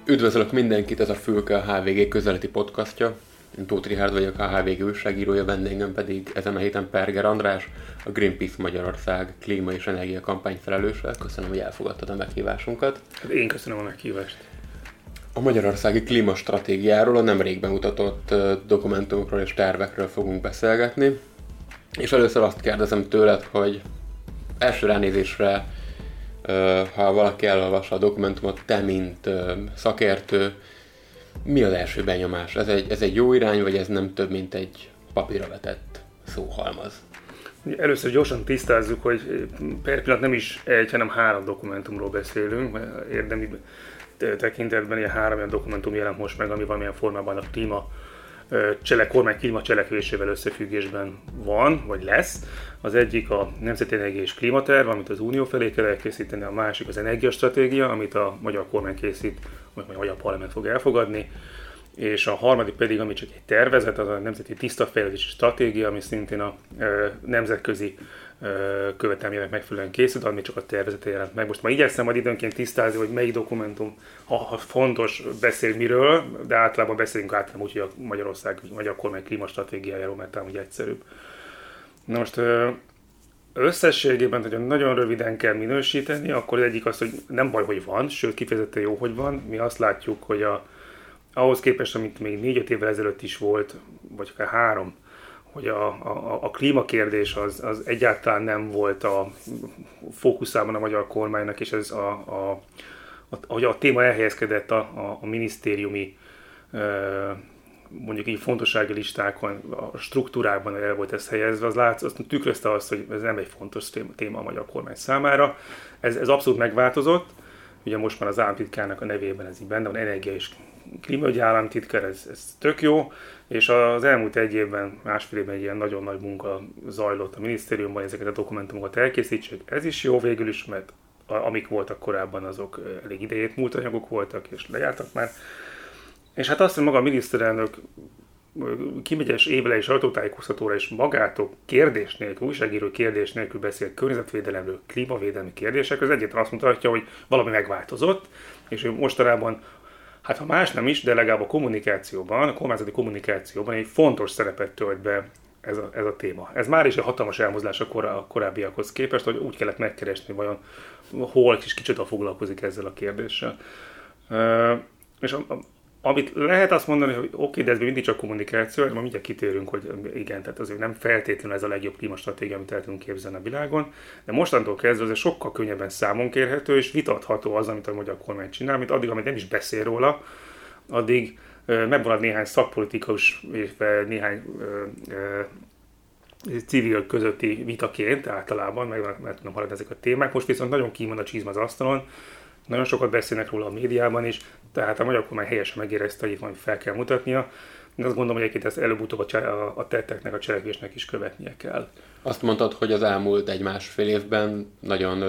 Üdvözlök mindenkit, ez a Fülke a HVG közeleti podcastja. Én Tóth Richárd vagyok, a HVG újságírója, vendégem pedig ezen a héten Perger András, a Greenpeace Magyarország klíma és energia kampány felelőse. Köszönöm, hogy elfogadtad a meghívásunkat. Én köszönöm a meghívást. A magyarországi klímastratégiáról, a nemrég bemutatott dokumentumokról és tervekről fogunk beszélgetni. És először azt kérdezem tőled, hogy első ránézésre, ha valaki elolvassa a dokumentumot, te mint szakértő, mi az első benyomás? Ez egy jó irány, vagy ez nem több, mint egy papírra vetett szóhalmaz? Először gyorsan tisztázzuk, hogy per pillanat nem is egy, hanem 3 dokumentumról beszélünk. Érdemi tekintetben ilyen 3 olyan dokumentum jelent most meg, ami valamilyen formában a kormány klíma cselekvésével összefüggésben van, vagy lesz. Az egyik a Nemzeti Energia és Klímaterv, amit az Unió felé kell elkészíteni, a másik az energiastratégia, amit a magyar kormány készít, vagy a magyar parlament fog elfogadni, és a harmadik pedig, ami csak egy tervezet, az a Nemzeti Tiszta Fejlesztési Stratégia, ami szintén a nemzetközi követelményeknek megfelelően készült, ami csak a tervezete jelent meg. Most már igyekszem majd időnként tisztázni, hogy melyik dokumentum, ha fontos, beszél miről, de általában beszélünk úgy, hogy a magyar kormány klímastratégiájáról, mert talán úgy egyszerűbb. Na most összességében, hogyha nagyon röviden kell minősíteni, akkor egyik az, hogy nem baj, hogy van, sőt kifejezetten jó, hogy van. Mi azt látjuk, hogy ahhoz képest, amit még 4-5 évvel ezelőtt is volt, vagy akár 3, hogy a klímakérdés az egyáltalán nem volt a fókuszában a magyar kormánynak, és ez hogy a téma elhelyezkedett a minisztériumi mondjuk így fontossági listákon, a struktúrákban el volt ez helyezve, az tükrözte azt, hogy ez nem egy fontos téma a magyar kormány számára. Ez abszolút megváltozott, ugye most már az államtitkárnak a nevében ez így benne van, energia és klímaügyi államtitkár, ez tök jó, és az elmúlt 1 évben, másfél évben egy ilyen nagyon nagy munka zajlott a minisztériumban, ezeket a dokumentumokat elkészítsék. Ez is jó végül is, mert amik voltak korábban, azok elég idejét múlt anyagok voltak, és lejártak már. És hát azt, hogy maga a miniszterelnök kimegy és évele és sajtótájékoztatóra, és magától kérdés nélkül, újságíró kérdés nélkül beszél környezetvédelemről, klímavédelmi kérdésekről, az egyetlen azt mutatja, hogy valami megváltozott, és ő mostanában, hát ha más nem is, de legalább a kommunikációban, a kormányzati kommunikációban egy fontos szerepet tölt be ez a téma. Ez már is egy hatalmas elmozdulás a korábbiakhoz képest, hogy úgy kellett megkeresni, vajon hol és kicsoda foglalkozik ezzel a kérdéssel. És amit lehet azt mondani, hogy oké, de ez mindig csak kommunikáció, és ma mindjárt kitérünk, hogy igen, tehát azért nem feltétlenül ez a legjobb klímastratégia, amit el tudunk képzelni a világon, de mostantól kezdve ez sokkal könnyebben számon kérhető, és vitatható az, amit a magyar kormány csinál, amit addig, amit nem is beszél róla, addig megmarad néhány szakpolitikus, és néhány civil közötti vitaként általában, meg tudnak maradni ezek a témák. Most viszont nagyon kín a csizma az asztalon, nagyon sokat beszélnek róla a médiában is, tehát a magyar kormány helyesen megérezte, hogy itt valamit fel kell mutatnia. De azt gondolom, hogy egyébként ezt előbb-utóbb a tetteknek, a cselekvésnek is követnie kell. Azt mondtad, hogy az elmúlt 1-1,5 évben nagyon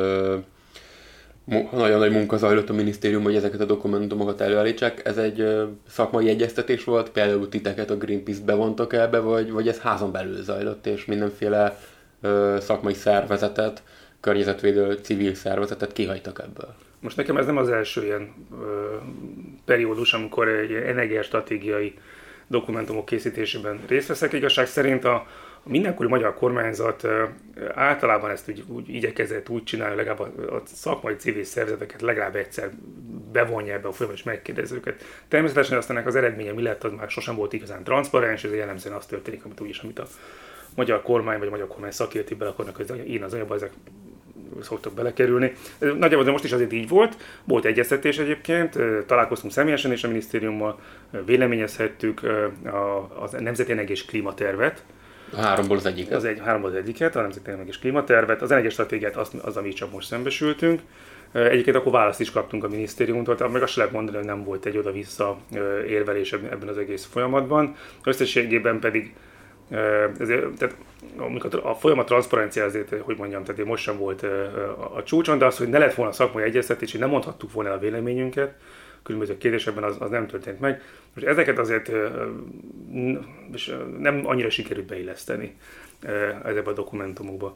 nagy munka zajlott a minisztérium, hogy ezeket a dokumentumokat előállítsák. Ez egy szakmai egyeztetés volt, például titeket a Greenpeace bevontak ebbe, vagy ez házon belül zajlott, és mindenféle szakmai szervezetet, környezetvédő civil szervezetet kihagytak ebből? Most nekem ez nem az első ilyen periódus, amikor egy energiastratégiai dokumentumok készítésében részt veszek. Igazság szerint a mindenkori magyar kormányzat általában ezt úgy igyekezett úgy csinálni, legalább a szakmai civil szervezeteket legalább egyszer bevonja ebbe a folyamatba, és megkérdezi őket. Természetesen aztán az eredménye mi lett, az már sosem volt igazán transzparens, ez jellemzően az történik, amit a magyar kormány vagy a magyar kormány szakértői bele akarnak, hogy én az anyagban ezek szoktak belekerülni. Nagyjából most is azért így volt. Volt egyeztetés egyébként, találkoztunk személyesen is a minisztériummal, véleményezhettük a Nemzeti Energia és Klímatervet. A 3-ból az egyiket. Az egyiket, a Nemzeti Energia és Klímatervet. Az energiastratégiát az, amit csak most szembesültünk. Egyébként akkor választ is kaptunk a minisztériumtól, meg azt sem lehet mondani, hogy nem volt egy oda-vissza érvelés ebben az egész folyamatban. Összességében pedig tehát a folyamat transzparencia azért, hogy mondjam, tehát most sem volt a csúcson, de az, hogy ne lett volna szakmai egyeztetés, és nem mondhattuk volna el a véleményünket különböző kérdésekben, az nem történt meg. Most ezeket azért nem annyira sikerült beilleszteni ezekbe a dokumentumokba.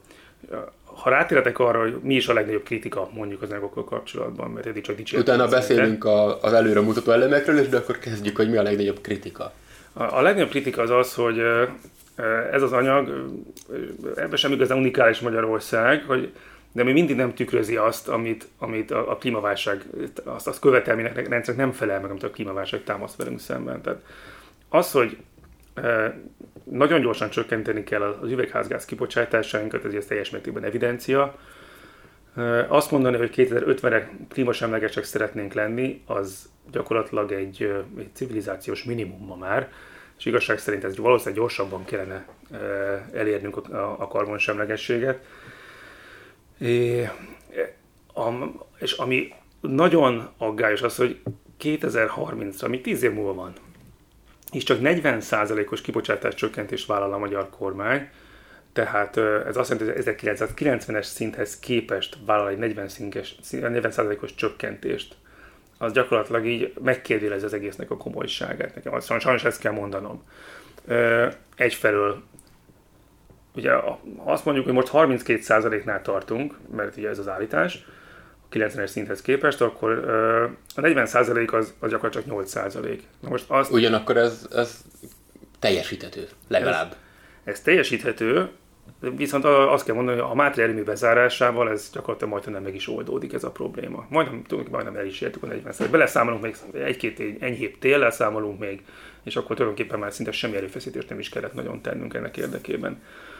Ha rátérhetek arra, hogy mi is a legnagyobb kritika mondjuk az anyagokkal kapcsolatban, mert eddig csak dicsértem. Utána beszélünk az előre mutató elemekről is, de akkor kezdjük, hogy mi a legnagyobb kritika. A legnagyobb kritika az, hogy ez az anyag, ebben sem igazán unikális Magyarország, de még mindig nem tükrözi azt, amit a klímaválság, azt követelménynek rendszernek nem felel meg, amit a klímaválság támaszt velünk szemben. Tehát az, hogy nagyon gyorsan csökkenteni kell az üvegházgáz kibocsátásainkat, ez teljes mértékben evidencia. Azt mondani, hogy 2050-re klímasemlegesek szeretnénk lenni, az gyakorlatilag egy civilizációs minimum ma már, és igazság szerint ez valószínűleg gyorsabban kellene elérnünk a karbonsemlegességet. És ami nagyon aggályos az, hogy 2030-ra, ami 10 év múlva van, és csak 40%-os kibocsátás csökkentést vállal a magyar kormány, tehát ez azt jelenti, hogy 1990-es szinthez képest vállal egy 40%-os csökkentést. Az gyakorlatilag így megkérdőjelezi az egésznek a komolyságát. Nekem sajnos ezt kell mondanom. Egyfelől, ugye azt mondjuk, hogy most 32%-nál tartunk, mert ugye ez az állítás, a 90-es szinthez képest, akkor a 40% az gyakorlatilag csak 8%. Na most ugyanakkor ez teljesíthető, legalább. Ez teljesíthető, viszont azt kell mondani, hogy a Mátra erőmű bezárásával ez gyakorlatilag majdnem meg is oldódik ez a probléma. Majdnem el is értük a 40%. Beleszámolunk még egy-két enyhébb téllel számolunk még, és akkor tulajdonképpen már szinte semmi erőfeszítést nem is kellett nagyon tennünk ennek érdekében.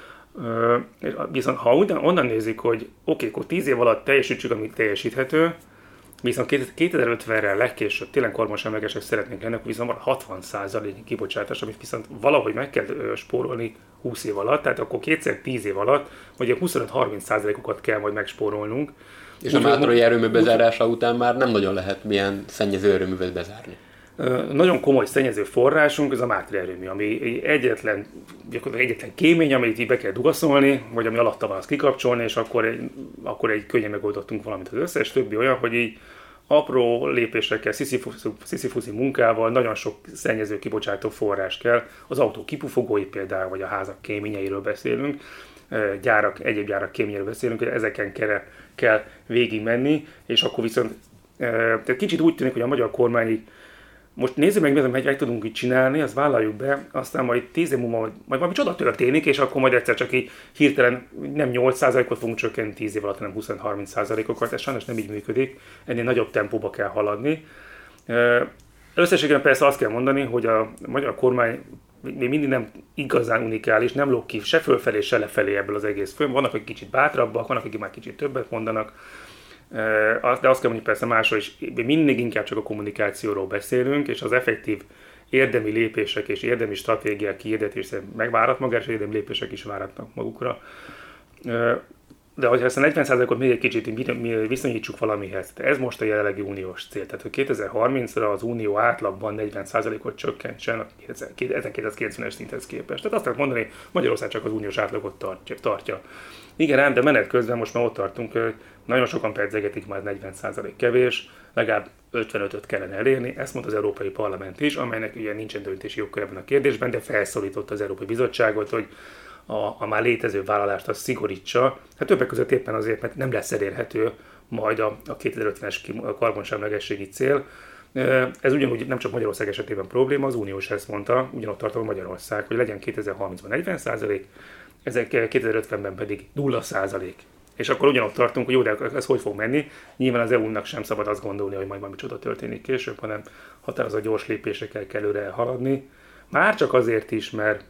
Viszont ha onnan nézik, hogy oké, akkor 10 év alatt teljesítsük, amit teljesíthető, viszont 2050-re legkésőbb tényleg karbonsemlegesek szeretnénk lenni, akkor viszont van 60% kibocsátás, amit viszont valahogy meg kell spórolni 20 év alatt, tehát akkor kétszer 10 év alatt, vagy 25-30%-okat kell majd megspórolnunk. És a Mátrai erőmű bezárása után már nem nagyon lehet milyen szennyező erőművet bezárni. Nagyon komoly szennyező forrásunk, ez a Mátra erőmű, ami egyetlen kémény, amit így be kell dugaszolni, vagy ami alatta van, azt kikapcsolni, és akkor egy könnyen megoldottunk valamit. Az összes többi olyan, hogy így apró lépésekkel, sziszifuszi munkával nagyon sok szennyező kibocsátó forrás kell. Az autó kipufogói például, vagy a házak kéményeiről beszélünk, egyéb gyárak kéményeiről beszélünk, hogy ezeken kell végigmenni, és akkor viszont tehát kicsit úgy tűnik, hogy a magyar kormány most nézzük meg, meg tudunk így csinálni, azt vállaljuk be, aztán majd 10 év múlva majd valami csoda történik, és akkor majd egyszer csak így hirtelen nem 8%-ot fogunk csökkenteni 10 év alatt, hanem 20-30%-okat. Ez sajnos nem így működik, ennél nagyobb tempóba kell haladni. Összességében persze azt kell mondani, hogy a magyar kormány még mindig nem igazán unikális, nem lóg ki se fölfelé, se lefelé ebből az egész föl. Vannak, akik kicsit bátrabbak, vannak, akik már kicsit többet mondanak. De azt kell mondani, persze másról is, mindig inkább csak a kommunikációról beszélünk, és az effektív érdemi lépések és érdemi stratégiák kihirdetésre megvárat magát, és érdemi lépések is váratnak magukra. De hogyha ezt a 40%-ot még egy kicsit viszonyítsuk valamihez, ez most a jelenlegi uniós cél. Tehát, hogy 2030-ra az unió átlagban 40%-ot csökkentsen a 1990-es szinthez képest. Tehát azt lehet mondani, Magyarország csak az uniós átlagot tartja. Igen, ám, de menet közben most már ott tartunk, nagyon sokan pedzegetik, már 40% kevés, legalább 55-öt kellene elérni, ezt mondta az Európai Parlament is, amelynek ugye nincsen döntési jogkör ebben a kérdésben, de felszólította az Európai Bizottságot, hogy a már létező vállalást azt szigorítsa, hát többek között éppen azért, mert nem lesz elérhető majd a 2050-es karbonsemlegességi cél. Ez ugyanúgy nem csak Magyarország esetében probléma, az Unió is ezt mondta, ugyanott tartom Magyarország, hogy legyen 2030-ban 40%, 2050-ben pedig 0%. És akkor ugyanott tartunk, hogy jó, de ez hogy fog menni? Nyilván az EU-nak sem szabad azt gondolni, hogy majd valami csoda történik később, hanem határozott gyors lépésekkel kell előre haladni. Már csak azért is, mert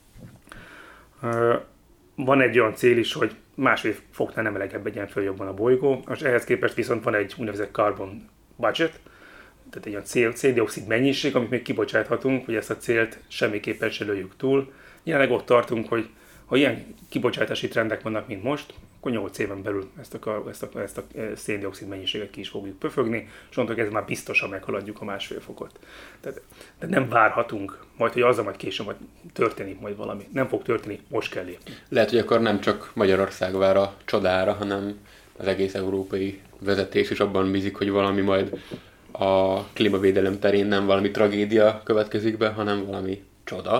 van egy olyan cél is, hogy 1,5 foknál nem melegebb legyen föl jobban a bolygó, és ehhez képest viszont van egy úgynevezett carbon budget, tehát egy olyan széndioxid mennyiség, amit még kibocsáthatunk, hogy ezt a célt semmiképpen se lőjük túl. Jelenleg ott tartunk, hogy ha ilyen kibocsátási trendek vannak, mint most, akkor 8 éven belül ezt a széndioxid mennyiséget ki is fogjuk pöfögni, és mondtuk, ez már biztosan meghaladjuk a 1,5 fokot. Tehát nem várhatunk majd, hogy azzal majd később majd történik majd valami. Nem fog történni, most kell lépni. Lehet, hogy akkor nem csak Magyarország vár a csodára, hanem az egész európai vezetés is abban bízik, hogy valami majd a klímavédelem terén nem valami tragédia következik be, hanem valami csoda.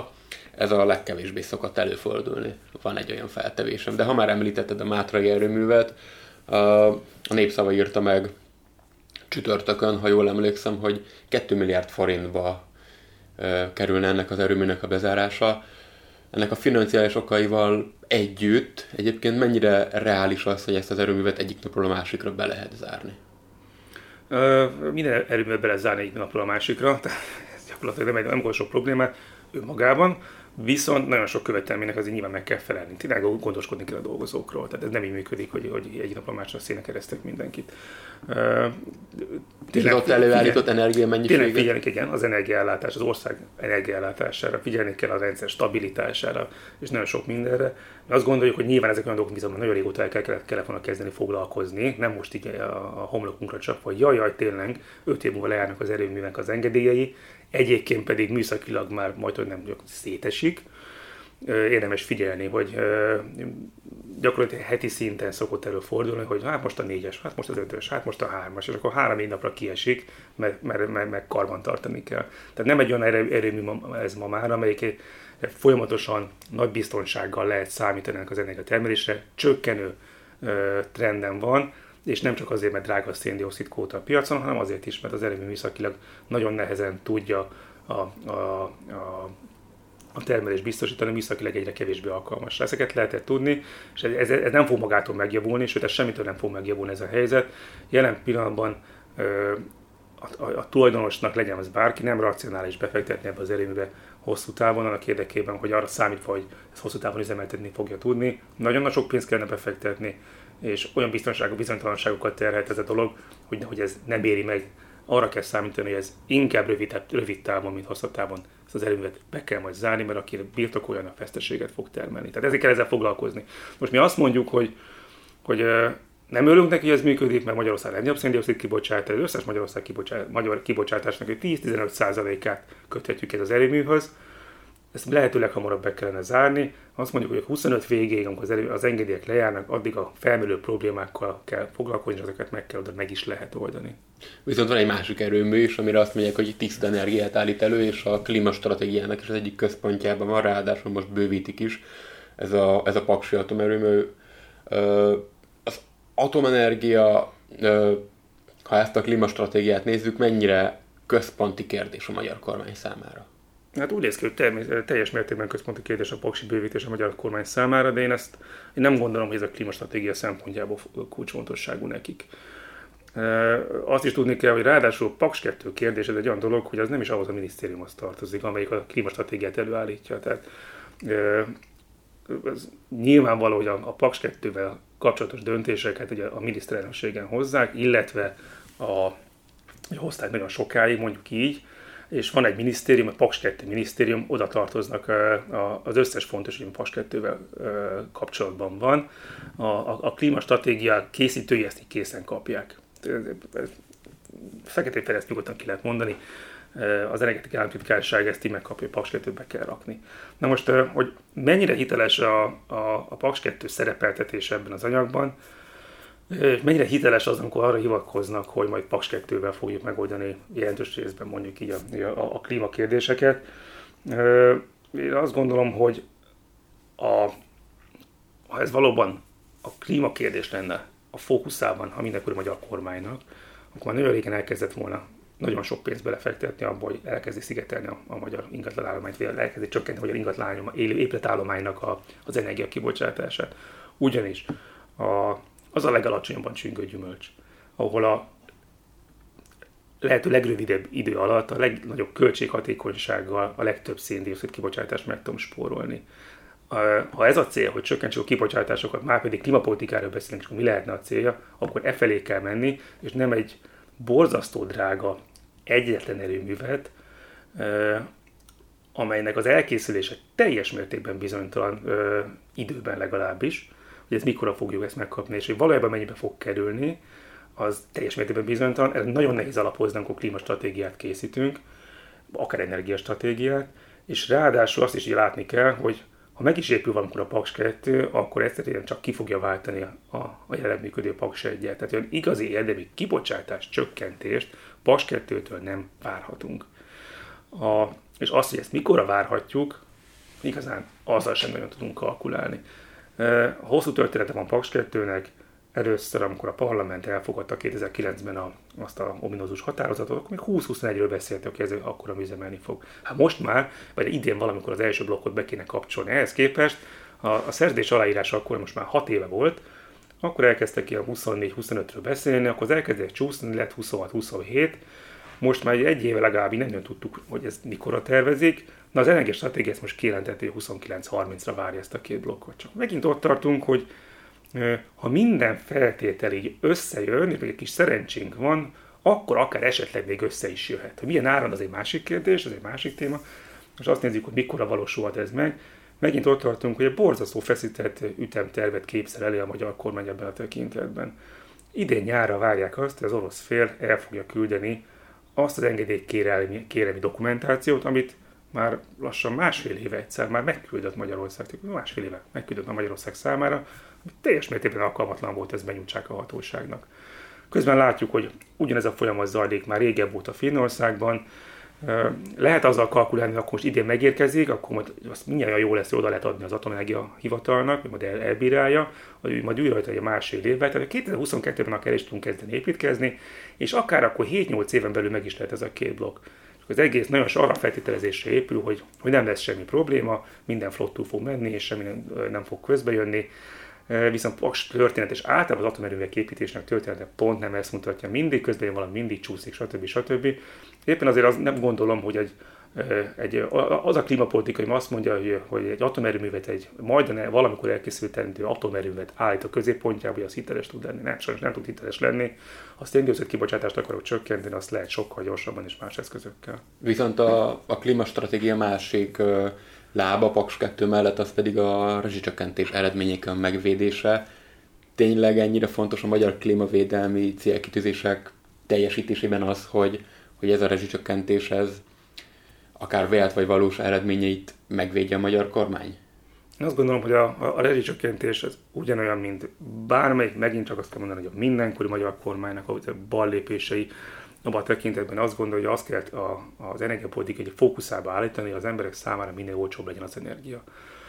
ez a legkevésbé szokott előfordulni. Van egy olyan feltevésem. De ha már említetted a mátrai erőművet, a Népszava írta meg csütörtökön, ha jól emlékszem, hogy 2 milliárd forintba kerülne ennek az erőműnek a bezárása. Ennek a financiális okaival együtt egyébként mennyire reális az, hogy ezt az erőművet egyik napról a másikra be lehet zárni? Minden erőművet be lehet zárni egyik napról a másikra, tehát ez gyakorlatilag nem okoz sok problémát önmagában, viszont nagyon sok követelménynek azért nyilván meg kell felelni. Tényleg gondoskodni kell a dolgozókról, tehát ez nem így működik, hogy egyik napról a másikra szénnek keresztek mindenkit. És az ott előállított energiamennyiséget? Tényleg figyelni kell, igen, az energiaellátás, az ország energiaellátására, figyelni kell a rendszer stabilitására, és nagyon sok mindenre. De azt gondoljuk, hogy nyilván ezek olyan dolgok, viszont nagyon régóta kellett volna kezdeni foglalkozni, nem most így a homlokunkra csak, hogy jaj, tényleg 5 év múlva lejárnak az erőművek az engedélyei, egyébként pedig műszakilag már majd nem szétesik. Érdemes figyelni, hogy gyakorlatilag heti szinten szokott előfordulni, hogy hát most a 4-es, hát most az 5-ös, hát most a 3-as, és akkor 3-4 napra kiesik, mert karban tartani kell. Tehát nem egy olyan erőmű ez ma már, amelyik folyamatosan nagy biztonsággal lehet számítani az energiatermelésre, csökkenő trenden van, és nem csak azért, mert drága a szén-dioxid kvóta a piacon, hanem azért is, mert az erőmű műszakilag nagyon nehezen tudja a termelést biztosítani, műszakilag egyre kevésbé alkalmas. Ezeket lehetett tudni, és ez nem fog magától megjavulni, sőt, ez semmitől nem fog megjavulni ez a helyzet. Jelen pillanatban a tulajdonosnak, legyen az bárki, nem racionális befektetni ebbe az erőműbe hosszú távon, annak érdekében, hogy arra számítva, hogy ez hosszú távon üzemeltetni fogja tudni. Nagyon sok pénzt kellene befektetni, és olyan bizonytalanságokat terhet ez a dolog, hogy ez nem éri meg. Arra kell számítani, hogy ez inkább rövid távon, mint hosszabb távon ezt az erőművet be kell majd zárni, mert aki birtokolja, a veszteséget fog termelni. Tehát ezért kell ezzel foglalkozni. Most mi azt mondjuk, hogy nem örülünk neki, hogy ez működik, mert Magyarország legnagyobb szén-dioxid kibocsátás, az összes magyar kibocsátásnak 10-15%-át köthetjük ez az erőműhöz. Ezt lehetőleg hamarabb be kellene zárni. Azt mondjuk, hogy 25 végéig, amikor az engedélyek lejárnak, addig a felmerülő problémákkal kell foglalkozni, és azokat meg is lehet oldani. Viszont van egy másik erőmű is, amire azt mondják, hogy tiszta energiát állít elő, és a klímastratégiának is az egyik központjában van, ráadásul most bővítik is. Ez a paksi atomerőmű. Az atomenergia, ha ezt a klímastratégiát nézzük, mennyire központi kérdés a magyar kormány számára? Hát úgy néz ki, hogy teljes mértékben központi kérdés a paksi bővítés a magyar kormány számára, de én nem gondolom, hogy ez a klímastratégia szempontjából kulcsfontosságú nekik. Azt is tudni kell, hogy ráadásul Paks 2 kérdés, ez egy olyan dolog, hogy az nem is ahhoz a minisztériumhoz tartozik, amelyik a klímastratégiát előállítja. Tehát nyilvánvaló, hogy a Paks 2-vel kapcsolatos döntéseket ugye a miniszterelnökségen hozzák, illetve hozták nagyon sokáig, mondjuk így, és van egy minisztérium, a Paks 2 minisztérium, oda tartoznak az összes fontos, hogy a Paks 2-vel kapcsolatban van. A klímastratégia készítői ezt így készen kapják. Feketén-fehéren ezt nyugodtan ki lehet mondani. Az energetikai államtitkárság ezt így megkapja, hogy Paks 2-be kell rakni. Na most, hogy mennyire hiteles a Paks 2 szerepeltetése ebben az anyagban, mennyire hiteles az, amikor arra hivatkoznak, hogy majd Paks 2-vel fogjuk megoldani jelentős részben mondjuk így a klímakérdéseket. Én azt gondolom, hogy ha ez valóban a klímakérdés lenne a fókuszában a mindenkori magyar kormánynak, akkor már nagyon régen elkezdett volna nagyon sok pénzt belefektetni abba, hogy elkezdi szigetelni a magyar ingatlanállományt, vagy elkezdi csökkenteni a magyar épületállománynak az energiakibocsátását. Ugyanis az a legalacsonyabban csüngő gyümölcs, ahol a lehető legrövidebb idő alatt a legnagyobb költséghatékonysággal a legtöbb szén-dioxid kibocsátást meg tudom spórolni. Ha ez a cél, hogy csökkentsük a kibocsátásokat, már pedig klímapolitikáról beszélünk, és mi lehetne a célja, akkor felé kell menni, és nem egy borzasztó drága egyetlen erőművet, amelynek az elkészülése teljes mértékben bizonytalan időben legalábbis, hogy ezt mikorra fogjuk ezt megkapni, és hogy valójában mennyibe fog kerülni, az teljes mértékben bizonytalan. Ez nagyon nehéz alapozni, amikor klímastratégiát készítünk, akár energiastratégiát, és ráadásul azt is így látni kell, hogy ha meg is épül valamikor a Paks 2, akkor egyszerűen csak ki fogja váltani a jelenleg működő Paks 1-et. Tehát olyan igazi érdemi kibocsátás csökkentést Paks 2-től nem várhatunk. És azt, hogy ezt mikorra várhatjuk, igazán azzal sem nagyon tudunk kalkulálni. Hosszú története van Paks 2-nek, először, amikor a parlament elfogadta 2009-ben azt a ominózus határozatot, akkor még 20-21-ről beszéltek, hogy ez akkora üzemelni fog. Hát most már, vagy idén valamikor az első blokkot be kéne kapcsolni. Ehhez képest a szerződés aláírása akkor most már 6 éve volt, akkor elkezdtek ki a 24-25-ről beszélni, akkor az elkezdett csúszni, lett 26-27, most már egy éve legalább nem tudtuk, hogy ez mikorra tervezik. Na az energiastratégia ezt most kijelentette, hogy 29-30-ra várja ezt a két blokkot. Csak megint ott tartunk, hogy ha minden feltétel így összejön, és egy kis szerencsénk van, akkor akár esetleg még össze is jöhet. Hogy milyen áron, az egy másik kérdés, az egy másik téma. Most azt nézzük, hogy mikorra valósulhat ez meg. Megint ott tartunk, hogy egy borzasztó feszített ütemtervet képzel elő a magyar kormány ebben a tekintetben. Idén nyárra várják azt, hogy az orosz fél el fogja küldeni azt az engedélykérelmi dokumentációt, amit már lassan másfél éve egyszer már megküldött Magyarország, másfél éve megküldött a Magyarország számára, ami teljes mértékben alkalmatlan volt, ez benyújtsák a hatóságnak. Közben látjuk, hogy ugyanez a folyamat zajlik már régebb óta Finnországban. Lehet azzal kalkulálni, hogy akkor most idén megérkezik, akkor majd azt mindjárt jó lesz, hogy oda lehet adni az Atomenergia Hivatalnak, hogy majd elbírálja, hogy majd újra a másfél évben. Tehát 2022-ben akár is tudunk kezdeni építkezni, és akár akkor 7-8 éven belül meg is lehet ez a két blokk. Az egész nagyon arra feltételezésre épül, hogy nem lesz semmi probléma, minden flottul fog menni, és semmi nem fog közbejönni. Viszont Paks történet és általában az atomerőművek építésnek története pont nem ezt mutatja. Mindig közben valami, mindig csúszik, stb. Éppen azért azt nem gondolom, hogy az a klímapolitika, ami azt mondja, hogy egy atomerőművet, majdnem valamikor elkészültendő atomerőművet állít a középpontjába, hogy az hiteles tud lenni. Nem, sajnos nem tud hiteles lenni. Ha széndioxid kibocsátást akarok csökkenteni, azt lehet sokkal gyorsabban és más eszközökkel. Viszont a klímastratégia másik lába Paks 2 mellett, az pedig a rezsicsökkentés eredményékön megvédése. Tényleg ennyire fontos a magyar klímavédelmi célkitűzések teljesítésében az, hogy ez a rezsicsökkentés, ez akár vélt vagy valós eredményeit megvédje a magyar kormány? Én azt gondolom, hogy a rezsicsökkentés az ugyanolyan, mint bármelyik, megint csak azt kell mondani, hogy a mindenkori magyar kormánynak a ballépései, abban a tekintetben azt gondolja, hogy azt kell az energiapolitikai fókuszába állítani, hogy az emberek számára minél olcsóbb legyen az energia.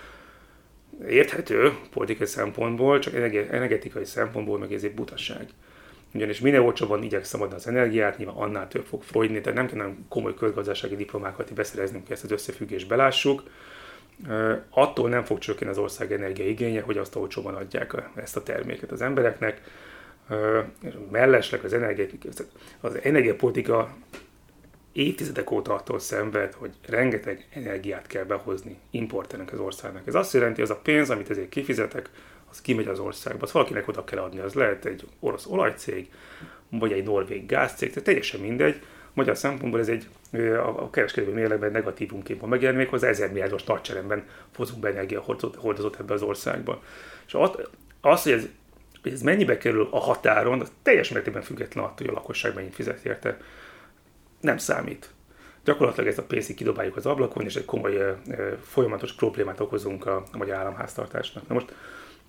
Érthető politikai szempontból, csak energetikai szempontból meg ez egy butaság. Ugyanis minél olcsóbban igyekszem adni az energiát, nyilván annál több fog fogyni, tehát nem kell komoly közgazdasági diplomákat beszereznünk, hogy ezt az összefüggést belássuk. Attól nem fog csökkenni az ország energiaigénye, hogy azt olcsóban adják ezt a terméket az embereknek. Mellesleg az energiapolitika évtizedek óta attól szenved, hogy rengeteg energiát kell behozni, importálnak az országnak. Ez azt jelenti, hogy az a pénz, amit ezért kifizetek, az kimegy az országba. Azt valakinek oda kell adni. Az lehet egy orosz olajcég, vagy egy norvég gázcég, tehát teljesen mindegy. Magyar szempontból ez a kereskedelmi mérlegben negatívumként megjelenik, hozzá 1000 milliárdos nagycseremben hozunk be energiahordozót ebbe az országba. És az, hogy ez mennyibe kerül a határon, az teljes mértékben független attól, hogy a lakosság mennyit fizet érte. Nem számít. Gyakorlatilag ezt a pénzt kidobáljuk az ablakon, és egy komoly folyamatos problémát okozunk a magyar államháztartásnak. Na most,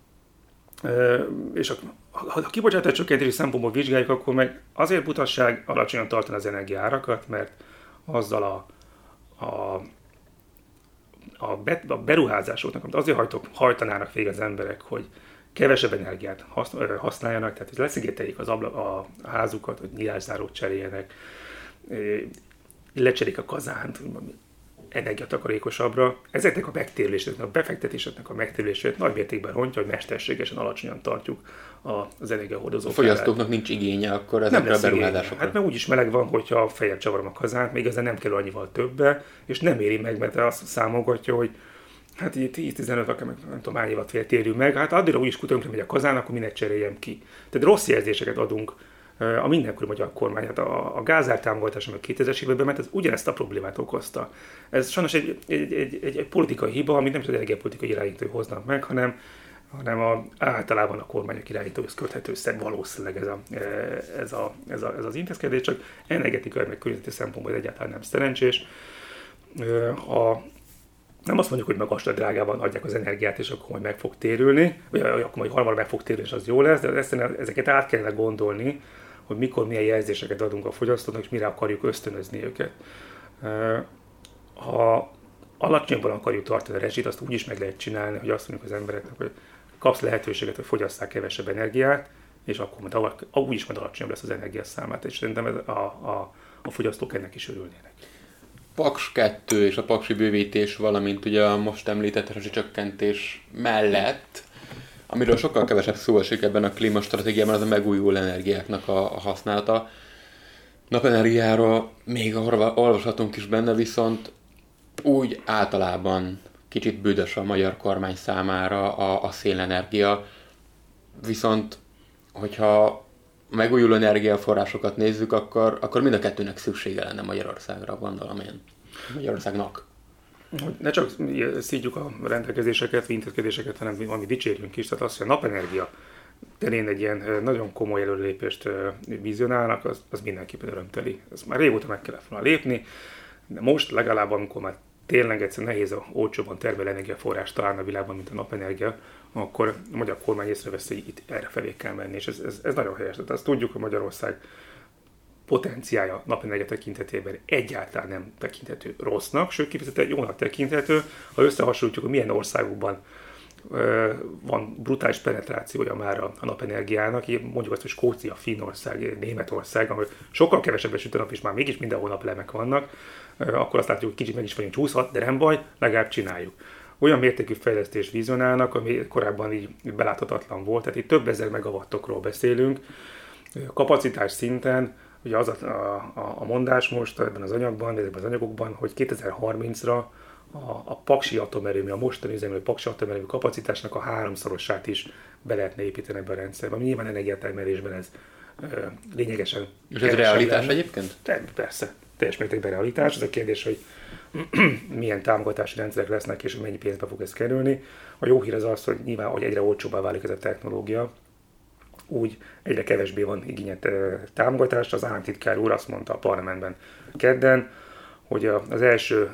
és ha a kibocsátás csökkentési szempontból vizsgáljuk, akkor meg azért butasság alacsonyan tartani az energiaárakat, mert azzal a beruházásoknak, amit azért hajtanának végig az emberek, hogy kevesebb energiát használjanak, tehát leszigeteljék a házukat, hogy nyilászárót cseréljenek, lecserélik a kazánt, energiatakarékosabbra. Ezeknek a megtérüléseknek, a befektetéseknek a megtérülését nagy mértékben rontja, hogy mesterségesen alacsonyan tartjuk az energiahordozók. A fogyasztóknak nincs igénye akkor ezekre a beruházásokra. Hát meg úgyis meleg van, hogyha fejjel csavarom a kazánt, még ezzel nem kell annyival többe, és nem éri meg, mert azt számolgatja, hogy hát így 10-15, akár nem tudom hány évet térjünk meg, hát addigra úgyis tönkre megy a kazán, akkor minek cseréljem ki. Tehát rossz jelzéseket adunk a mindenkori magyar kormány. Hát a gázár támogatása meg 2000-es években, mert ez ugyanezt a problémát okozta. Ez sajnos egy politikai hiba, amit nem is az energiapolitikai irányítói hoznak meg, hanem általában a kormányok irányítóhoz köthető össze valószínűleg ez az intézkedés, csak energetikai meg környezeti szempontból egyáltalán nem szerencsés. Nem azt mondjuk, hogy magasra drágában adják az energiát, és akkor majd meg fog térülni, vagy akkor majd hamar meg fog térülni, és az jó lesz, de ezeket át kellene gondolni, hogy mikor milyen jelzéseket adunk a fogyasztóknak, és mire akarjuk ösztönözni őket. alacsonyabban akarjuk tartani a rezsit, azt úgy is meg lehet csinálni, hogy azt mondjuk az embereknek, hogy kapsz lehetőséget, hogy fogyasszák kevesebb energiát, és akkor úgy is majd alacsonyabb lesz az energiaszámát, és szerintem a fogyasztók ennek is örülnének. Paks 2 és a paksi bővítés, valamint ugye a most említett rezsicsökkentés mellett, amiről sokkal kevesebb szó esik ebben a klímastratégiában, az a megújuló energiáknak a használata. Napenergiáról még olvashatunk is benne, viszont úgy általában kicsit büdös a magyar kormány számára a szélenergia. Viszont, hogyha a megújuló energiaforrásokat nézzük, akkor mind a kettőnek szüksége lenne Magyarországra, gondolom én. Magyarországnak. Ne csak szídjuk a rendelkezéseket, intézkedéseket, hanem valami dicsérjünk is. Tehát az, hogy a napenergia terén egy ilyen nagyon komoly előrelépést vizionálnak, az mindenképpen örömteli. Ez már régóta meg kellett volna lépni, de most legalább, amikor már tényleg egyszer nehéz olcsóban termelni energiaforrást találni a világban, mint a napenergia, akkor a magyar kormány észreveszi, hogy itt erre felé kell menni, és ez nagyon helyes. Tehát azt tudjuk, hogy Magyarország potenciálja napenergia tekintetében egyáltalán nem tekinthető rossznak, sőt kifejezetten jónak tekinthető, ha összehasonlítjuk, hogy milyen országokban van brutális penetrációja már a napenergiának, mondjuk azt, hogy Skócia, Finnország, Németország, ahol sokkal kevesebb süt a nap, és már mégis mindenhol napelemek vannak, akkor azt látjuk, hogy kicsit meg is vagyunk csúszva, de nem baj, legalább csináljuk. Olyan mértékű fejlesztés vizionálnak, ami korábban így beláthatatlan volt, tehát itt több ezer megawattokról beszélünk, kapacitás szinten. Ugye az a mondás most ebben az anyagban, ezekben az anyagokban, hogy 2030-ra a paksi atomerőmű, a mostani üzemlő paksi atomerőmű kapacitásnak a 3-szorosát is be lehetne építeni ebbe a rendszerbe. Nyilván energiatermelésben ez lényegesen. És ez realitás egyébként? Persze, teljes mértékben realitás. Az a kérdés, hogy milyen támogatási rendszerek lesznek, és mennyi pénzbe fog ez kerülni. A jó hír az az, hogy nyilván, hogy egyre olcsóbbá válik ez a technológia, úgy egyre kevésbé van igényelt támogatást. Az államtitkár úr azt mondta a parlamentben kedden, hogy az első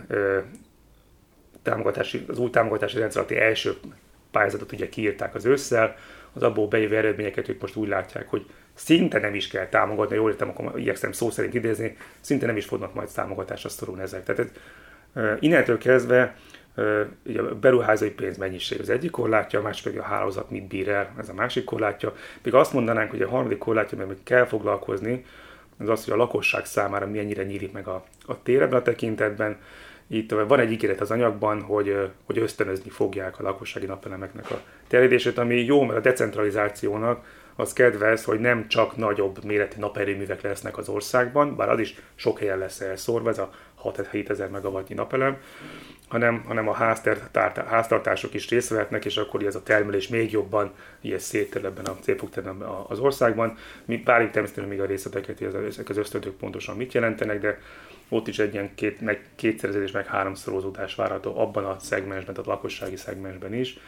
az új támogatási rendszer alatti első pályázatot ugye kiírták az ősszel, az abból bejövő eredményeket ők most úgy látják, hogy szinte nem is kell támogatni, jól értem, akkor igyekszem szó szerint idézni, szinte nem is fognak majd támogatásra szorulni ezek. Tehát innentől kezdve ugye a beruházói pénz mennyiség az egyik korlátja, a másik pedig a hálózat mit bír el, ez a másik korlátja. Még azt mondanánk, hogy a harmadik korlátja, mert még kell foglalkozni, az az, hogy a lakosság számára mennyire nyílik meg a tér ebben a tekintetben. Itt van egy ígéret az anyagban, hogy ösztönözni fogják a lakossági napelemeknek a terjedését, ami jó, mert a decentralizációnak az kedvez, hogy nem csak nagyobb méretű naperőművek lesznek az országban, bár az is sok helyen lesz elszórva, ez a 6-7 ezer megawattnyi napelem, hanem a háztartások is részt vehetnek, és akkor ez a termelés még jobban szétterül ebben az országban. Mi várjuk természetesen még a részleteket, hogy ezek az ösztönök pontosan mit jelentenek, de ott is egy ilyen kétszereződés, meg háromszorozódás várható abban a szegmensben, tehát a lakossági szegmensben is.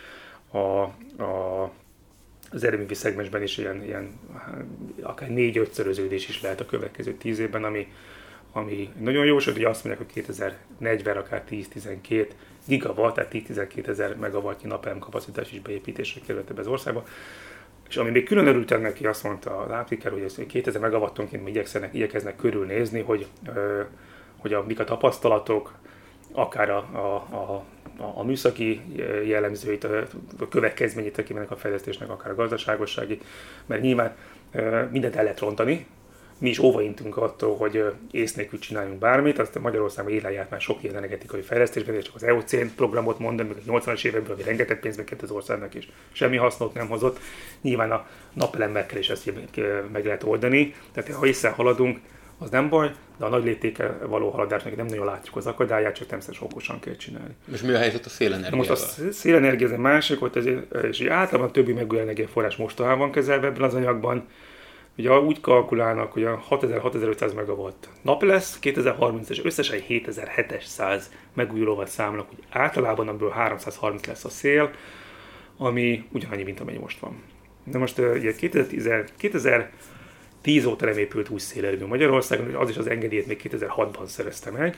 Az erőművi szegmensben is ilyen akár 4-5-szöröződés is lehet a következő 10 évben, ami nagyon jó, sőt, hogy azt mondják, hogy 2040 akár 10-12 gigawatt, tehát 10-12 ezer megawattnyi napelem kapacitás is beépítésre került ebbe az országba. És ami még külön örültem neki, azt mondta az államtitkár, hogy 2000 megawattonként igyekeznek körülnézni, hogy mik a tapasztalatok, akár a műszaki jellemzőit, a következményét tekintenek a fejlesztésnek, akár a gazdaságossági, mert nyilván mindent el lehet rontani. Mi is óvaintünk attól, hogy ész nélkül csináljunk bármit, azt Magyarországon élen járt már sok ilyen energetikai fejlesztésben, és csak az EOCén programot mondom, még a 80-as évekből, ami rengeteg pénzbe került az országnak is semmi hasznot nem hozott. Nyilván a napelemmekkel is ezt meg lehet oldani, tehát ha észre haladunk, az nem baj, de a nagy léptékkel való haladásnak nem nagyon látjuk az akadályát, csak természetesen okosan kell csinálni. És mi a helyzet a szélenergiával? Most a szélenergia ez egy másik, és általában a többi megújuló energiaforrás mostanában van kezelve ebben az anyagban. Ugye úgy kalkulálnak, hogy a 6000-6500 megawatt nap lesz, 2030 és összesen 7700 megújulóval számolnak, hogy általában abból 330 lesz a szél, ami ugyanannyi, mint amennyi most van. De most ugye 2010 óta nem épült új szélerőmű Magyarországon, az is az engedélyét még 2006-ban szerezte meg,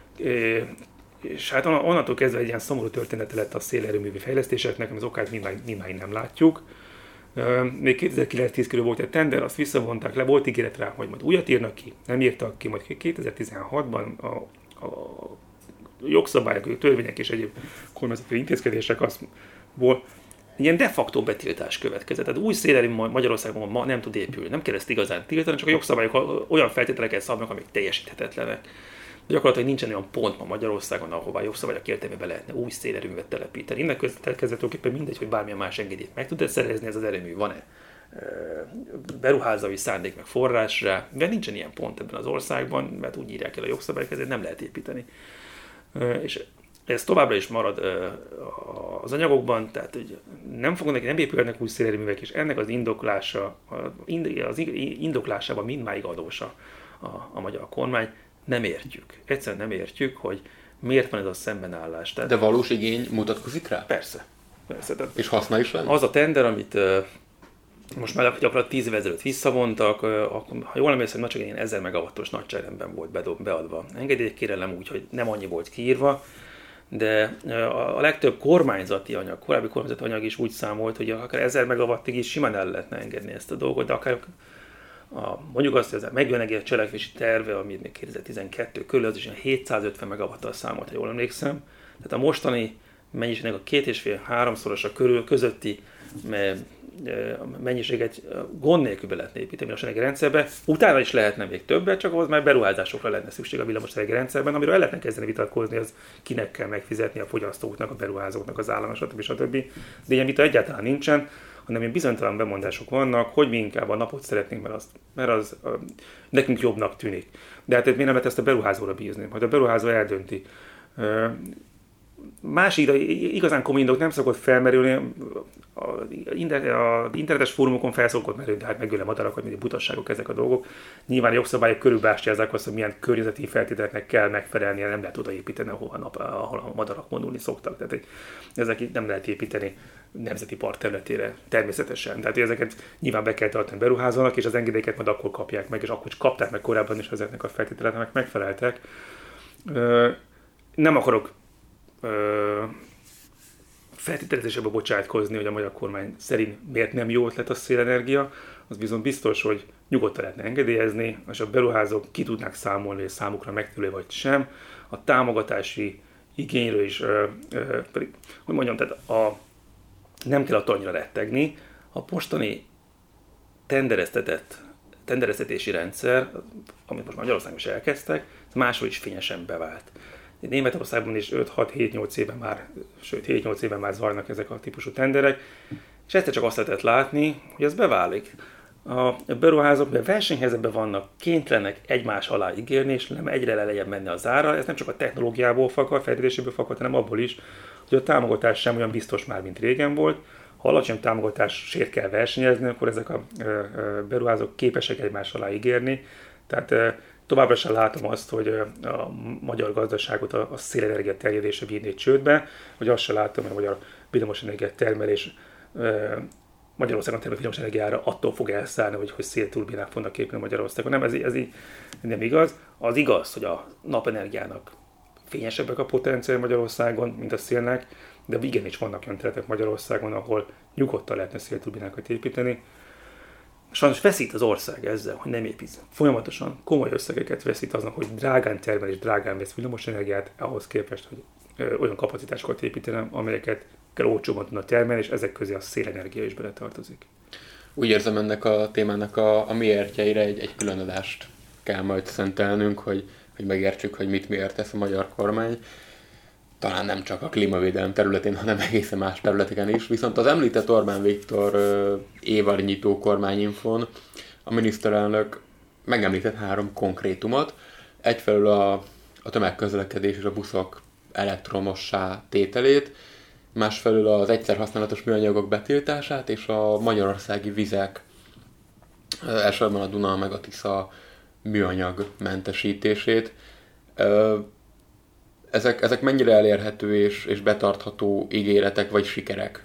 és hát onnantól kezdve egy ilyen szomorú története lett a szélerőművi fejlesztéseknek, az okát mindmáig nem látjuk. Még 2009-10 körül volt egy tender, azt visszavonták le, volt ígéret rá, hogy majd újat írnak ki, nem írtak ki, majd 2016-ban jogszabályok, törvények és egyéb kormányzati intézkedések azból ilyen de facto betiltás következett. Tehát új szélerőmű Magyarországon ma nem tud épülni. Nem kell ezt igazán tiltani, csak a jogszabályok olyan feltételeket szabnak, amik teljesíthetetlenek. Gyakorlatilag nincsen olyan pont ma Magyarországon, ahová jogszabályok értelmében lehetne új szélerőművet telepíteni. Innen kezdve tulajdonképpen mindegy, hogy bármilyen más engedélyt meg tud szerezni ez az erőmű, van-e beruházói szándék meg forrás rá, de nincsen ilyen pont ebben az országban, mert úgy írják el a jogszabályok, ezért nem lehet építeni. És ez továbbra is marad az anyagokban, tehát nem épülhetnek új szélerőművek, és ennek az indoklásában mindmáig adós a magyar kormány. Nem értjük. Egyszerűen nem értjük, hogy miért van ez a szembenállás. Tehát, de valós igény mutatkozik rá? Persze. Tehát és haszna is lenne? Az a tender, amit most már gyakorlatilag 10 évvel ezelőtt visszavontak, ha jól emlékszem, csak ilyen 1000 megawattos nagyságrendben volt beadva engedélykérelem, úgyhogy nem annyi volt kiírva, de a legtöbb kormányzati anyag, korábbi kormányzati anyag is úgy számolt, hogy akár 1000 megawattig is simán el lehetne engedni ezt a dolgot, de akár mondjuk azt, hogy ez a megjelenegi cselekvési terve, amit még 2012 körül, az is ilyen 750 megawattal számolt, ha jól emlékszem. Tehát a mostani mennyiségnek a 2,5-3-szorosa közötti mennyiséget gond nélkül be lehetne építeni a villamosenergia rendszerbe. Utána is lehetne még többet, csak ahhoz már beruházásokra lenne szükség a villamosenergia rendszerben, amiről el lehetne kezdeni vitatkozni, az kinek kell megfizetni, a fogyasztóknak, a beruházóknak, az államnak, stb. De ilyen vita egyáltalán nincsen, hanem ilyen bizonytalan bemondások vannak, hogy mi inkább a napot szeretnénk, mert az nekünk jobbnak tűnik. De hát miért nem lehet ezt a beruházóra bízni? Majd a beruházó eldönti. Másik igazán komoly indok nem szokott felmerülni, az internetes fórumokon felszokott merülni, de hát megöl a madarak, vagy mindig butasságok ezek a dolgok. Nyilván a jogszabályok körülbástyázzák azt, hogy milyen környezeti feltételeknek kell megfelelnie, nem lehet odaépíteni, ahol a madarak vonulni szoktak. Tehát ezek nem lehet építeni nemzeti park területére természetesen. Tehát ezeket nyilván be kell tartani beruházónak, és az engedélyeket majd akkor kapják meg, és akkor kapták meg korábban is ezeknek a feltételeknek megfeleltek. Nem akarok feltételezésébe bocsátkozni, hogy a magyar kormány szerint miért nem jó ötlet a szélenergia, az viszont biztos, hogy nyugodtan lehetne engedélyezni, és a beruházók ki tudnák számolni, hogy számukra megfelelő vagy sem. A támogatási igényről is, pedig, hogy mondjam, tehát nem kell attól annyira rettegni. A mostani tendereztetési rendszer, amit most Magyarországon is elkezdtek, máshol is fényesen bevált. Németországban is 5-6-7-8 éven már, sőt 7-8 éven már zajlanak ezek a típusú tenderek, és egyszer csak azt lehetett látni, hogy ez beválik. A beruházók, mivel versenyhelyzetben vannak, kénytelenek egymás alá ígérni, és nem egyre lejjebb menni az ára. Ez nem csak a technológiából fakad, fejlődéséből fakad, hanem abból is, hogy a támogatás sem olyan biztos már, mint régen volt. Ha alacsony támogatásért kell versenyezni, akkor ezek a beruházók képesek egymás alá ígérni. Tehát továbbra sem látom azt, hogy a magyar gazdaságot a szélenergia terjedése vinné csődbe, vagy azt sem látom, hogy a magyar villamosenergia termelés Magyarországon termelt villamosenergiára attól fog elszállni, hogy szélturbinák fognak épülni Magyarországon. Nem, ez így nem igaz. Az igaz, hogy a napenergiának fényesebbek a potenciál Magyarországon, mint a szélnek, de igenis vannak olyan területek Magyarországon, ahol nyugodtan lehetne szélturbinákat építeni. Sajnos veszít az ország ezzel, hogy nem épít. Folyamatosan komoly összegeket veszít aznak, hogy drágán termel és drágán vesz villamosenergiát, ahhoz képest, hogy olyan kapacitásokat építenem, amelyeket kell olcsóban tudna termelni, és ezek közé a szélenergia is beletartozik. Úgy érzem, ennek a témának a miértjeire egy külön adást kell majd szentelnünk, hogy megértsük, hogy miért tesz a magyar kormány. Talán nem csak a klímavédelem területén, hanem egészen más területeken is. Viszont az említett Orbán Viktor évarnyitó kormányinfon a miniszterelnök megemlített 3 konkrétumot. Egyfelől a tömegközlekedés és a buszok elektromossá tételét, másfelől az egyszer használatos műanyagok betiltását és a magyarországi vizek, elsősorban a Duna meg a Tisza műanyag mentesítését. Ezek mennyire elérhető és betartható ígéretek vagy sikerek?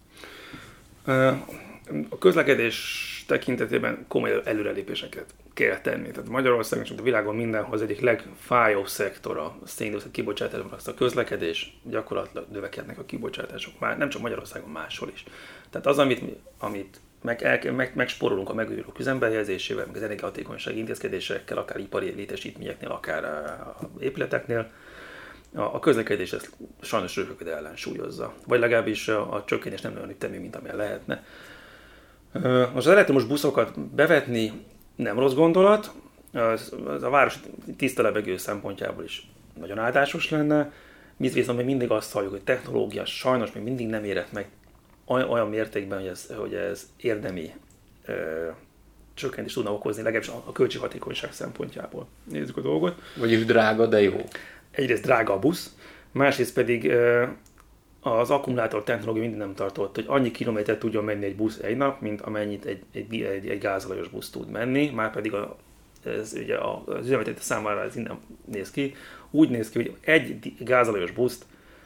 A közlekedés tekintetében komoly előrelépéseket kell tenni. Tehát Magyarországon és a világon mindenhol az egyik legfájóbb szektor a széndioxid kibocsátásban az a közlekedés, gyakorlatilag növekednek a kibocsátások már, nem csak Magyarországon, máshol is. Tehát az, amit megspórolunk a megújuló üzembe-helyezésével, meg az energiahatékonysági intézkedésekkel, akár ipari létesítményeknél, akár épületeknél, a közlekedés ezt sajnos röhögöd ellensúlyozza. Vagy legalábbis a csökkenés nem olyan ütemű, mint amilyen lehetne. Most az elektromos buszokat bevetni nem rossz gondolat, az a város tiszta levegő szempontjából is nagyon áldásos lenne, viszont még mindig azt halljuk, hogy technológia sajnos még mindig nem érett meg olyan mértékben, hogy ez érdemi csökkentést tudna okozni, legalábbis a költséghatékonyság szempontjából. Nézzük a dolgot. Vagyis drága, de jó. Egyrészt drága a busz, másrészt pedig az akkumulátor technológia mindig nem tartott, hogy annyi kilométert tudjon menni egy busz egy nap, mint amennyit egy gázolajos busz tud menni, márpedig ez ugye az üzemeltető számára ez innen néz ki. Úgy néz ki, hogy egy gázolajos buszt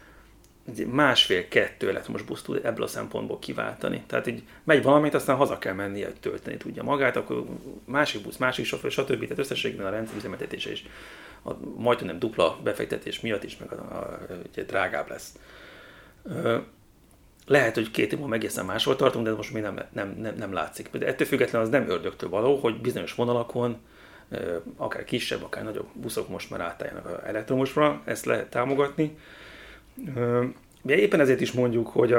1,5-2 elektromos busz tud ebből a szempontból kiváltani. Tehát így megy valamit, aztán haza kell mennie, hogy tölteni tudja magát, akkor másik busz, másik sofőr, stb. Tehát összességben a rendszer üzemeltetése is majdnem dupla befektetés miatt is meg ugye drágább lesz. Lehet, hogy 2 év múlva egészen máshol tartunk, de most még nem látszik. De ettől függetlenül az nem ördögtől való, hogy bizonyos vonalakon akár kisebb, akár nagyobb buszok most már átálljanak elektromosra, ezt lehet támogatni. De éppen ezért is mondjuk, hogy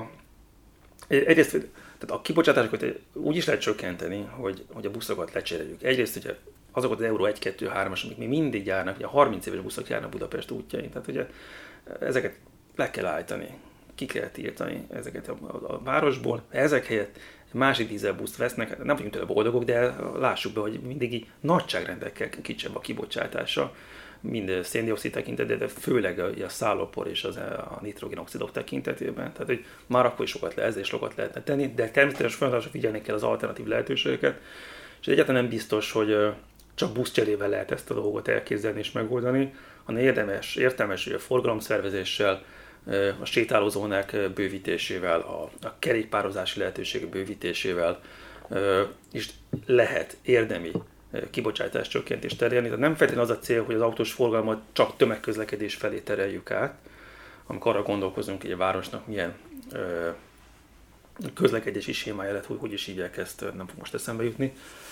egyrészt tehát a kibocsátásokat úgy is lehet csökkenteni, hogy a buszokat lecseréljük. Egyrészt ugye azokat az Euro 1, 2, 3-as, amik még mindig járnak, ugye a 30 éves buszok járnak Budapest útjain, tehát ugye ezeket le kell állítani, ki kell tiltani ezeket a városból. Ezek helyett egy másik dízelbuszt vesznek, nem vagyunk tőle boldogok, de lássuk be, hogy mindig így nagyságrendekkel kisebb a kibocsátása, mind széndioxid tekintetében, de főleg a szállópor és a nitrogénoxidok tekintetében. Tehát, hogy már akkor is sokat lehetne tenni, de természetesen folyamatosan figyelni kell az alternatív lehetőségeket, és egyáltalán nem biztos, hogy csak buszcserével lehet ezt a dolgot elképzelni és megoldani, hanem értelmes a forgalomszervezéssel, a sétálózónák bővítésével, a kerékpározási lehetőségek bővítésével is lehet érdemi kibocsátás csökkentést terelni. Tehát nem feltétlenül az a cél, hogy az autós forgalmat csak tömegközlekedés felé tereljük át, amikor arra gondolkozunk, hogy a városnak milyen közlekedési sémája lett, hogy is hívják ezt, nem fog most eszembe jutni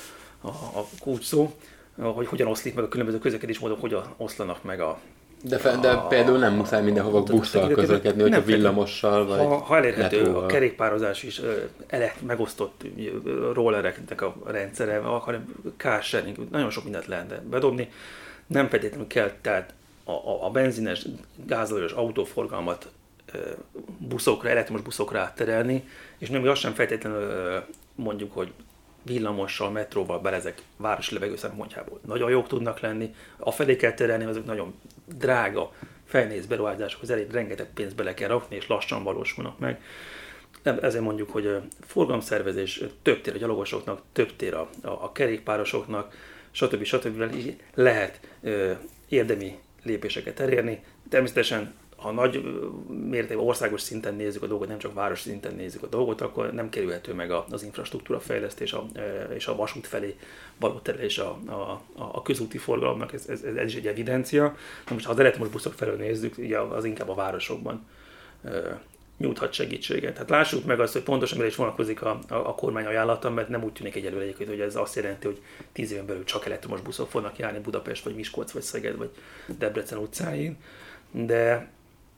a kulcs szó, hogy hogyan oszlik meg a különböző közlekedés módok, hogyan oszlanak meg de például nem muszáj mindenhova busszal közlekedni, hogyha villamossal vagy ha elérhető metróval. A kerékpározás is megosztott rollereknek a rendszere, hanem carsharing, nagyon sok mindent lehetne bedobni. Nem feltétlenül kell tehát a benzines, gázolajos autóforgalmat buszokra, elektromos buszokra átterelni, és nem azt sem feltétlenül mondjuk, hogy villamossal, metróval, bár ezek városi levegő szempontjából nagyon jók tudnak lenni. A felé kell terelni, azok nagyon drága, fejnész beruházásokhoz elég rengeteg pénzt bele kell rakni, és lassan valósulnak meg. Ezért mondjuk, hogy forgalomszervezés több tér a gyalogosoknak, több tér a kerékpárosoknak, stb. Így lehet érdemi lépéseket elérni. Természetesen ha nagy mértékben országos szinten nézzük a dolgot, nem csak város szinten nézzük a dolgot, akkor nem kerülhető meg az infrastruktúra fejlesztés és a vasút felé való terelés a közúti forgalomnak, ez is egy evidencia. Na most ha az elektromos buszok felől nézzük, ugye az inkább a városokban nyújthat segítséget. Hát lássuk meg azt, hogy pontosan mire is vonatkozik a kormány ajánlata, mert nem úgy tűnik egyelőre egyébként, hogy ez azt jelenti, hogy 10 éven belül csak elektromos buszok fognak járni Budapest, vagy Miskolc, vagy Szeged, vagy Debrecen utcáin, de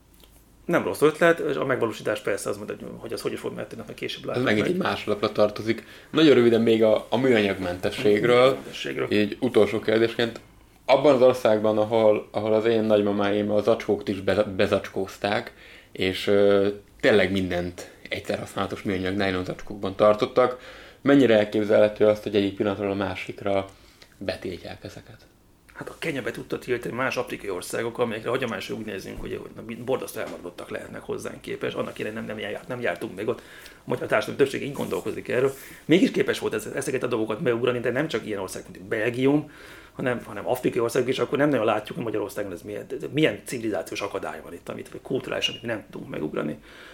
nem rossz ötlet, és a megvalósítás persze az mondja, hogy az hogy fog megtenni, hogy később látjuk. Ez megint egy más lapra tartozik. Nagyon röviden még a műanyagmentességről. Így utolsó kérdésként. Abban az országban, ahol az én nagymamáim a zacskókt is bezacskózták, és tényleg mindent egyszer használatos műanyag nylon zacskókban tartottak, mennyire elképzelhető azt, hogy egyik pillanatról a másikra betiltják ezeket? Hát a Kenya be tudta tiltani más afrikai országok, amelyekre hagyományosan úgy nézünk, hogy borzasztó elmaradottak lehetnek hozzánk képes, annak idején nem jártunk még ott, a magyar társadalom többsége így gondolkozik erről. Mégis képes volt ezeket a dolgokat beugrani, de nem csak ilyen ország, mint Belgium, hanem afrikai országok is, akkor nem nagyon látjuk, hogy Magyarországon ez milyen civilizációs akadály van itt, vagy kulturális, amit nem tudunk megugrani.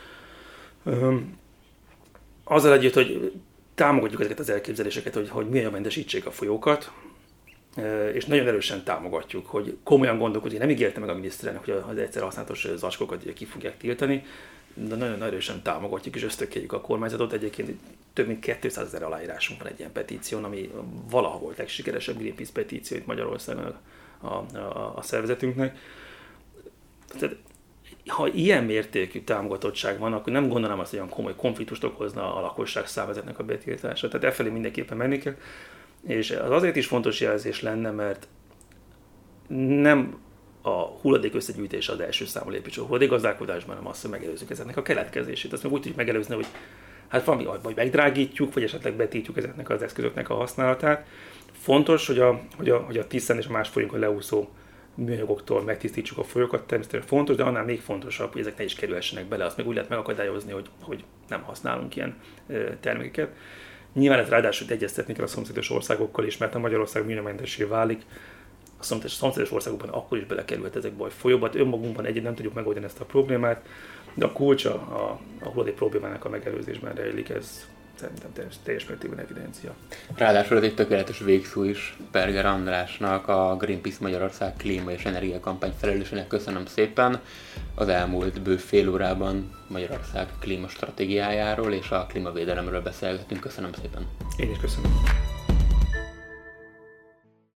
Azzal együtt, hogy támogatjuk ezeket az elképzeléseket, hogy műanyagmentesítsék a folyókat, és nagyon erősen támogatjuk, hogy komolyan gondolkodik, nem ígérte meg a miniszterelnök, hogy az egyszer használatos zacskókat ki fogják tiltani, de nagyon erősen támogatjuk és ösztökéljük a kormányzatot. Egyébként több mint 200 000 aláírásunk van egy ilyen petíción, ami valaha volt legsikeresebb Greenpeace petíció itt Magyarországon a szervezetünknek. ha ilyen mértékű támogatottság van, akkor nem gondolom azt, hogy olyan komoly konfliktust okozna a lakosság szávezetnek a betiltása. Tehát efelé mindenképpen menni kell. És az azért is fontos jelzés lenne, mert nem a hulladék összegyűjtés az első számú lépés a hulladékgazdálkodásban, hanem azt, hogy megelőzzük ezeknek a keletkezését. Azt meg úgy tudjuk megelőzni, hogy hát valami, vagy megdrágítjuk, vagy esetleg betiltjuk ezeknek az eszközöknek a használatát. Fontos, hogy a 10 cent és a más forinton leúszó műanyagoktól megtisztítsuk a folyokat, természetesen fontos, de annál még fontosabb, hogy ezek ne is kerülhessenek bele. Azt meg úgy lehet megakadályozni, hogy nem használunk ilyen termékeket. Nyilván ez ráadásul egyeztetni kell a szomszédos országokkal is, mert a Magyarország műanyagmentessé válik, a szomszédos országokban akkor is belekerült ezekbe a folyóba. Önmagunkban egyébként nem tudjuk megoldani ezt a problémát, de a kulcs a hulladék problémának a megelőzésben rejlik, ez szerintem teljes mértékben evidencia. Ráadásul ez egy tökéletes végszó is Berger Andrásnak, a Greenpeace Magyarország klíma és energiakampány felelősének köszönöm szépen. Az elmúlt bő fél órában Magyarország klímastratégiájáról és a klímavédelemről beszélgetünk. Köszönöm szépen. Én is köszönöm.